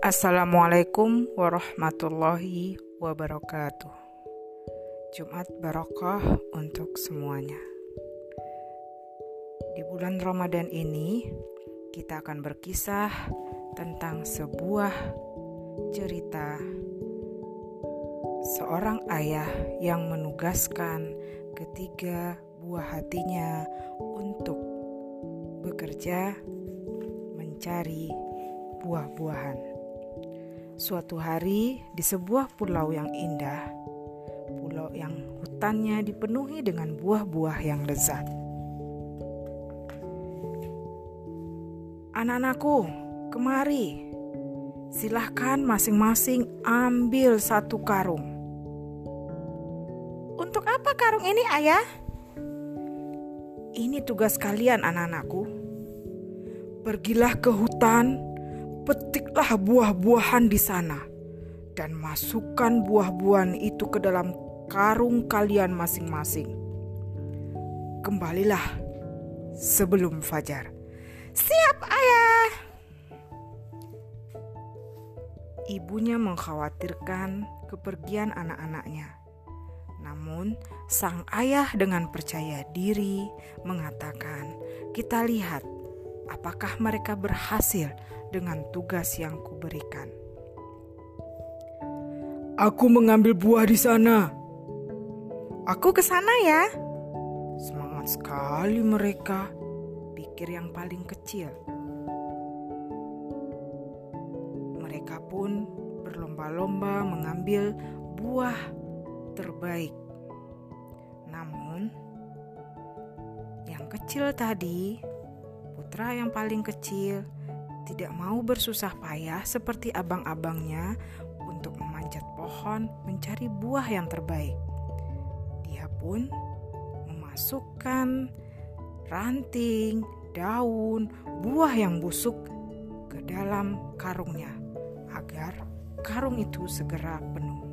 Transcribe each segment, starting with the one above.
Assalamualaikum warahmatullahi wabarakatuh. Jumat barokah untuk semuanya. Di bulan Ramadan ini kita akan berkisah tentang sebuah cerita seorang ayah yang menugaskan ketiga buah hatinya untuk bekerja mencari buah-buahan. Suatu hari di sebuah pulau yang indah, pulau yang hutannya dipenuhi dengan buah-buah yang lezat. Anak-anakku, kemari. Silahkan masing-masing ambil satu karung. Untuk apa karung ini, Ayah? Ini tugas kalian, anak-anakku. Pergilah ke hutan, petiklah buah-buahan di sana, dan masukkan buah-buahan itu ke dalam karung kalian masing-masing. Kembalilah sebelum fajar. Siap, Ayah. Ibunya mengkhawatirkan kepergian anak-anaknya. Namun, sang ayah dengan percaya diri mengatakan, "Kita lihat apakah mereka berhasil dengan tugas yang kuberikan." Aku mengambil buah di sana. Aku ke sana ya. Semangat sekali mereka, pikir yang paling kecil. Mereka pun berlomba-lomba mengambil buah terbaik. Namun, yang kecil tadi, putra yang paling kecil, tidak mau bersusah payah seperti abang-abangnya untuk memanjat pohon mencari buah yang terbaik. Dia pun memasukkan ranting, daun, buah yang busuk ke dalam karungnya agar karung itu segera penuh.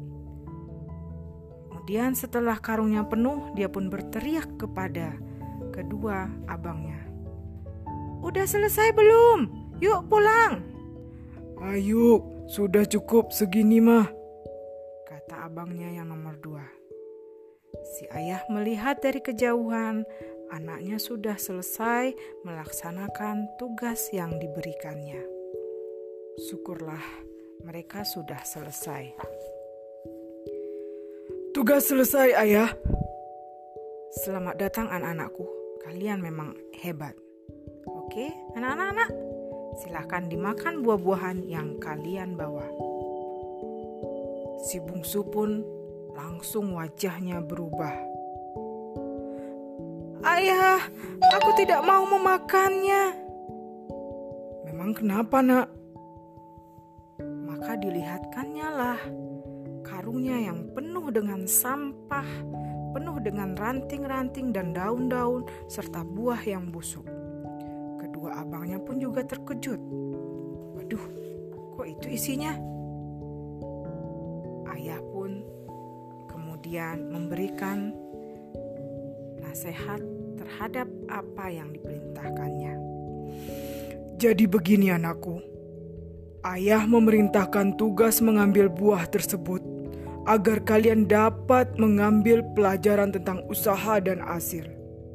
Kemudian setelah karungnya penuh, dia pun berteriak kepada kedua abangnya, "Udah selesai belum? Yuk pulang." Ayo, sudah cukup segini mah, kata abangnya yang nomor 2. Si ayah melihat dari kejauhan, anaknya sudah selesai melaksanakan tugas yang diberikannya. Syukurlah mereka sudah selesai. Tugas selesai, Ayah. Selamat datang anak-anakku, kalian memang hebat. Oke, anak-anak, silahkan dimakan buah-buahan yang kalian bawa. Si bungsu pun langsung wajahnya berubah. Ayah, aku tidak mau memakannya. Memang kenapa, Nak? Maka dilihatkannya lah karungnya yang penuh dengan sampah, penuh dengan ranting-ranting dan daun-daun serta buah yang busuk. Kedua abangnya pun juga terkejut. Waduh, kok itu isinya? Ayah pun kemudian memberikan nasihat terhadap apa yang diperintahkannya. Jadi begini anakku, Ayah memerintahkan tugas mengambil buah tersebut agar kalian dapat mengambil pelajaran tentang usaha dan hasil.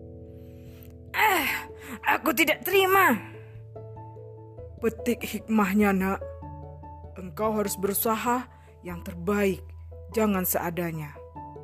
Aku tidak terima. Petik hikmahnya, Nak. Engkau harus berusaha yang terbaik, jangan seadanya.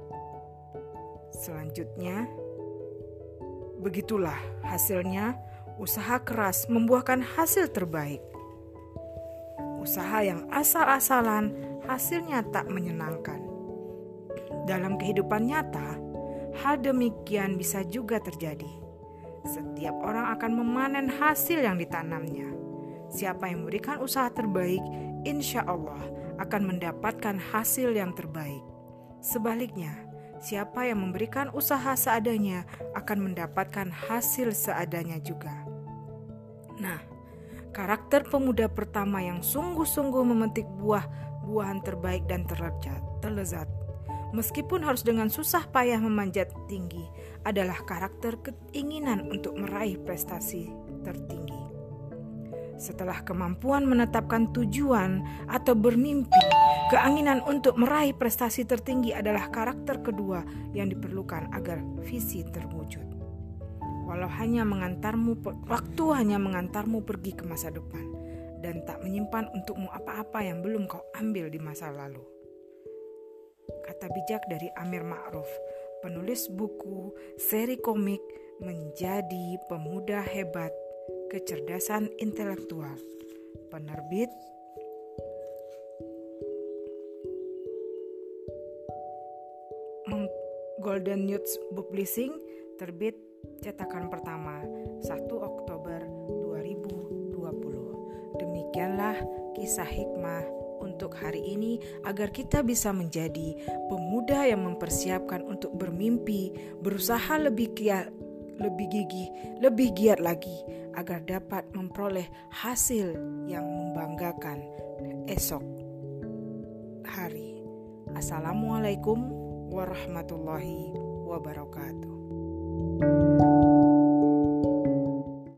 Selanjutnya, begitulah hasilnya. Usaha keras membuahkan hasil terbaik. Usaha yang asal-asalan hasilnya tak menyenangkan. Dalam kehidupan nyata, hal demikian bisa juga terjadi. Setiap orang akan memanen hasil yang ditanamnya. Siapa yang memberikan usaha terbaik, insya Allah akan mendapatkan hasil yang terbaik. Sebaliknya, siapa yang memberikan usaha seadanya akan mendapatkan hasil seadanya juga. Nah, karakter pemuda pertama yang sungguh-sungguh memetik buah-buahan terbaik dan terlezat, meskipun harus dengan susah payah memanjat tinggi, adalah karakter keinginan untuk meraih prestasi tertinggi. Setelah kemampuan menetapkan tujuan atau bermimpi, keinginan untuk meraih prestasi tertinggi adalah karakter kedua yang diperlukan agar visi terwujud. Walau waktu hanya mengantarmu pergi ke masa depan dan tak menyimpan untukmu apa-apa yang belum kau ambil di masa lalu. Kata bijak dari Amir Ma'ruf, penulis buku seri komik Menjadi Pemuda Hebat, Kecerdasan Intelektual, penerbit Golden Youth Publishing, terbit cetakan pertama 1 Oktober 2020. Demikianlah kisah hikmah untuk hari ini agar kita bisa menjadi pemuda yang mempersiapkan untuk bermimpi, berusaha lebih gigih, lebih giat lagi agar dapat memperoleh hasil yang membanggakan esok hari. Assalamualaikum warahmatullahi wabarakatuh.